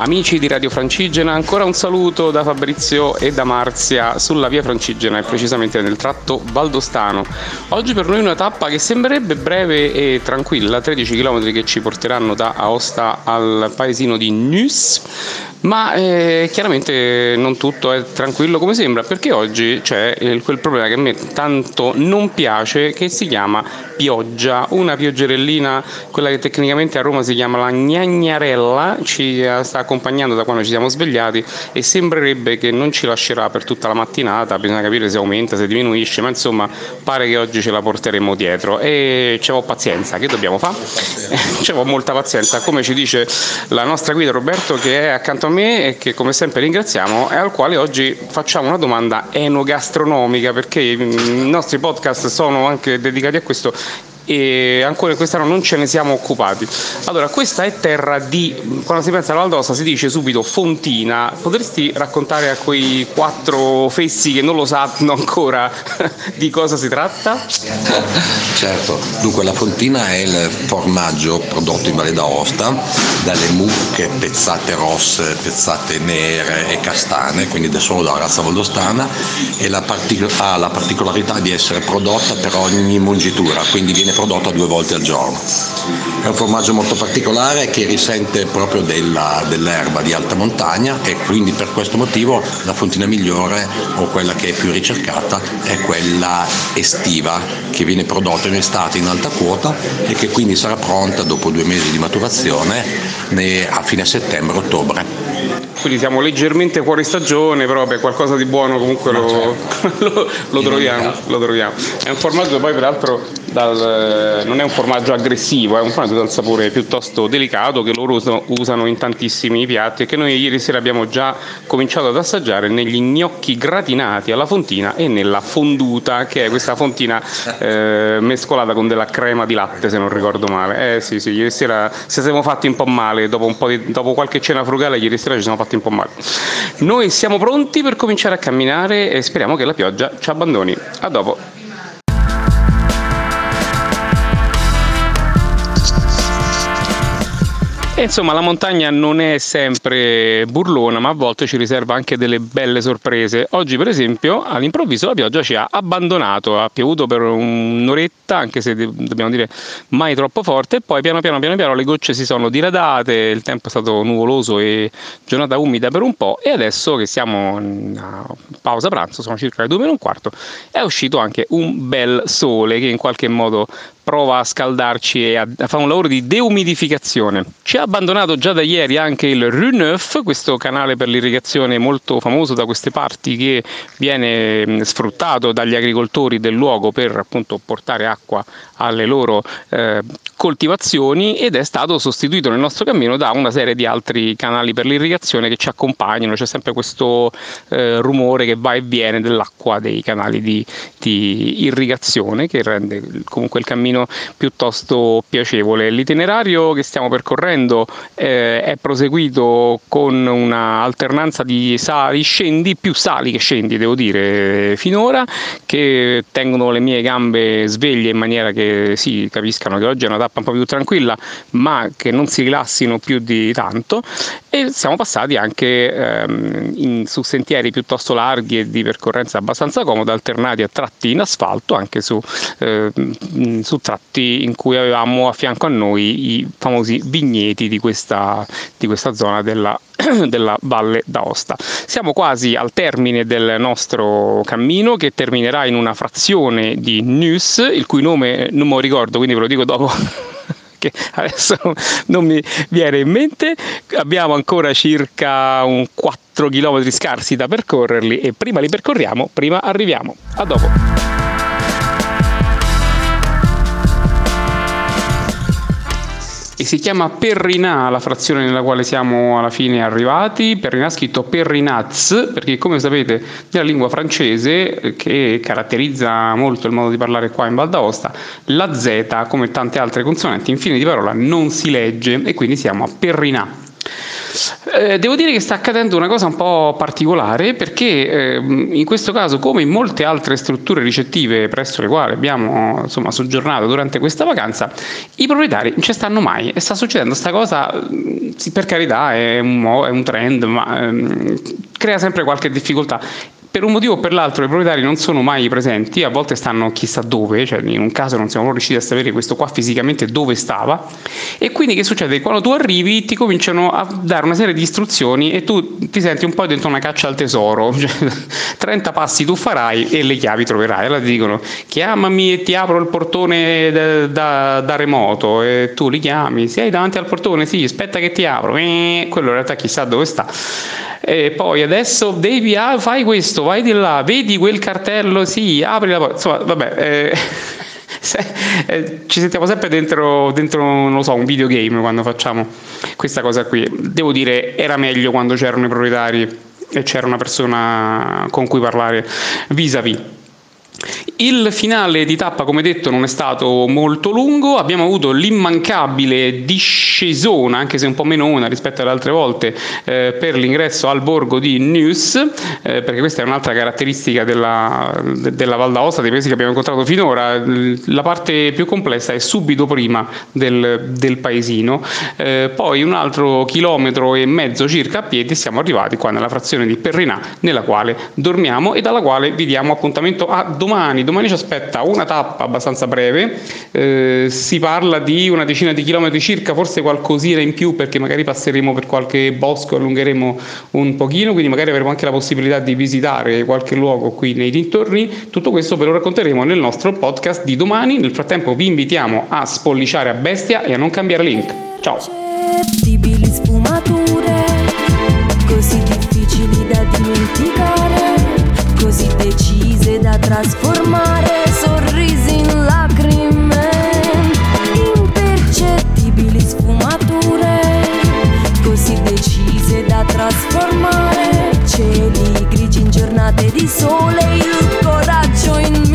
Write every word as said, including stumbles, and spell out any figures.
Amici di Radio Francigena, ancora un saluto da Fabrizio e da Marzia sulla via Francigena e precisamente nel tratto valdostano. Oggi per noi una tappa che sembrerebbe breve e tranquilla, tredici chilometri che ci porteranno da Aosta al paesino di Nuis, ma eh, chiaramente non tutto è tranquillo come sembra, perché oggi c'è eh, quel problema che a me tanto non piace, che si chiama pioggia, una pioggerellina, quella che tecnicamente a Roma si chiama la gnagnarella, ci sta accompagnando da quando ci siamo svegliati e sembrerebbe che non ci lascerà per tutta la mattinata. Bisogna capire se aumenta, se diminuisce, ma insomma pare che oggi ce la porteremo dietro e ci avevo pazienza. Che dobbiamo fare? Ci avevo molta pazienza, come ci dice la nostra guida Roberto, che è accanto a me e che come sempre ringraziamo, e al quale oggi facciamo una domanda enogastronomica, perché i nostri podcast sono anche dedicati a questo e ancora quest'anno non ce ne siamo occupati. Allora, questa è terra di, quando si pensa alla Val d'Aosta si dice subito fontina. Potresti raccontare a quei quattro fessi che non lo sanno ancora di cosa si tratta? Certo, dunque la fontina è il formaggio prodotto in Valle d'Aosta dalle mucche pezzate rosse, pezzate nere e castane, quindi solo dalla razza valdostana, e la partic- ha la particolarità di essere prodotta per ogni mungitura, quindi viene prodotta due volte al giorno. È un formaggio molto particolare che risente proprio della, dell'erba di alta montagna, e quindi per questo motivo la fontina migliore, o quella che è più ricercata, è quella estiva, che viene prodotta in estate in alta quota e che quindi sarà pronta dopo due mesi di maturazione a fine settembre-ottobre. Quindi siamo leggermente fuori stagione, però beh, qualcosa di buono comunque lo, certo. lo, lo, troviamo, lo troviamo. È un formaggio poi peraltro dal, non è un formaggio aggressivo, è un formaggio dal sapore piuttosto delicato che loro usano, usano in tantissimi piatti e che noi ieri sera abbiamo già cominciato ad assaggiare negli gnocchi gratinati alla fontina e nella fonduta, che è questa fontina eh, mescolata con della crema di latte, se non ricordo male. Eh sì sì, ieri sera ci siamo fatti un po' male, dopo, un po' di, dopo qualche cena frugale ieri sera ci siamo fatti un po' male. Noi siamo pronti per cominciare a camminare e speriamo che la pioggia ci abbandoni. A dopo. E insomma la montagna non è sempre burlona, ma a volte ci riserva anche delle belle sorprese. Oggi per esempio all'improvviso la pioggia ci ha abbandonato, ha piovuto per un'oretta, anche se dobbiamo dire mai troppo forte, e poi piano piano piano piano le gocce si sono diradate, il tempo è stato nuvoloso e giornata umida per un po', e adesso che siamo in pausa pranzo, sono circa le due meno un quarto, è uscito anche un bel sole che in qualche modo prova a scaldarci e a fare un lavoro di deumidificazione. Ci ha abbandonato già da ieri anche il Rue Neuf, questo canale per l'irrigazione molto famoso da queste parti, che viene sfruttato dagli agricoltori del luogo per appunto portare acqua alle loro eh, coltivazioni, ed è stato sostituito nel nostro cammino da una serie di altri canali per l'irrigazione che ci accompagnano. C'è sempre questo eh, rumore che va e viene dell'acqua dei canali di, di irrigazione, che rende comunque il cammino piuttosto piacevole. L'itinerario che stiamo percorrendo eh, è proseguito con una alternanza di sali scendi, più sali che scendi devo dire finora, che tengono le mie gambe sveglie in maniera che si capiscano che oggi è una tappa un po' più tranquilla, ma che non si rilassino più di tanto. E siamo passati anche ehm, in, su sentieri piuttosto larghi e di percorrenza abbastanza comoda, alternati a tratti in asfalto, anche su, eh, su tratti in cui avevamo a fianco a noi i famosi vigneti di questa, di questa zona della, della Valle d'Aosta. Siamo quasi al termine del nostro cammino, che terminerà in una frazione di Nuis, il cui nome non me lo ricordo, quindi ve lo dico dopo che adesso non mi viene in mente. Abbiamo ancora circa un quattro chilometri scarsi da percorrerli, e prima li percorriamo prima arriviamo. A dopo. E si chiama Perrinà la frazione nella quale siamo alla fine arrivati. Perrinà scritto Perrinaz, perché come sapete nella lingua francese, che caratterizza molto il modo di parlare qua in Val d'Aosta, la Z, come tante altre consonanti in fine di parola, non si legge, e quindi siamo a Perrinà. Eh, devo dire che sta accadendo una cosa un po' particolare, perché eh, in questo caso, come in molte altre strutture ricettive presso le quali abbiamo insomma soggiornato durante questa vacanza, i proprietari non ci stanno mai, e sta succedendo sta cosa, sì, per carità è un, è un trend, ma ehm, crea sempre qualche difficoltà. Per un motivo o per l'altro i proprietari non sono mai presenti, a volte stanno chissà dove, cioè in un caso non siamo proprio riusciti a sapere questo qua fisicamente dove stava, e quindi che succede? Quando tu arrivi ti cominciano a dare una serie di istruzioni e tu ti senti un po' dentro una caccia al tesoro, cioè, trenta passi tu farai e le chiavi troverai. Allora ti dicono chiamami e ti apro il portone da, da, da remoto, e tu li chiami, sei davanti al portone, sì, aspetta che ti apro, e quello in realtà chissà dove sta. E poi adesso devi, ah, fai questo, vai di là, vedi quel cartello, sì, apri la porta, insomma, vabbè, eh, se, eh, ci sentiamo sempre dentro, dentro, non lo so, un videogame quando facciamo questa cosa qui. Devo dire, era meglio quando c'erano i proprietari e c'era una persona con cui parlare vis-à-vis. Il finale di tappa, come detto, non è stato molto lungo, abbiamo avuto l'immancabile discesona, anche se un po' meno una rispetto alle altre volte, eh, per l'ingresso al borgo di Neuss, eh, perché questa è un'altra caratteristica della, della Val d'Aosta, dei paesi che abbiamo incontrato finora. La parte più complessa è subito prima del, del paesino, eh, poi un altro chilometro e mezzo circa a piedi siamo arrivati qua nella frazione di Perrinà, nella quale dormiamo e dalla quale vi diamo appuntamento a domani. Domani ci aspetta una tappa abbastanza breve, eh, si parla di una decina di chilometri circa, forse qualcosina in più perché magari passeremo per qualche bosco, allungheremo un pochino, quindi magari avremo anche la possibilità di visitare qualche luogo qui nei dintorni. Tutto questo ve lo racconteremo nel nostro podcast di domani. Nel frattempo vi invitiamo a spolliciare a bestia e a non cambiare link. Ciao! Sfumature così difficili da dimenticare, così decise da trasformare sorrisi in lacrime, impercettibili sfumature, così decise da trasformare cieli grigi in giornate di sole, il coraggio in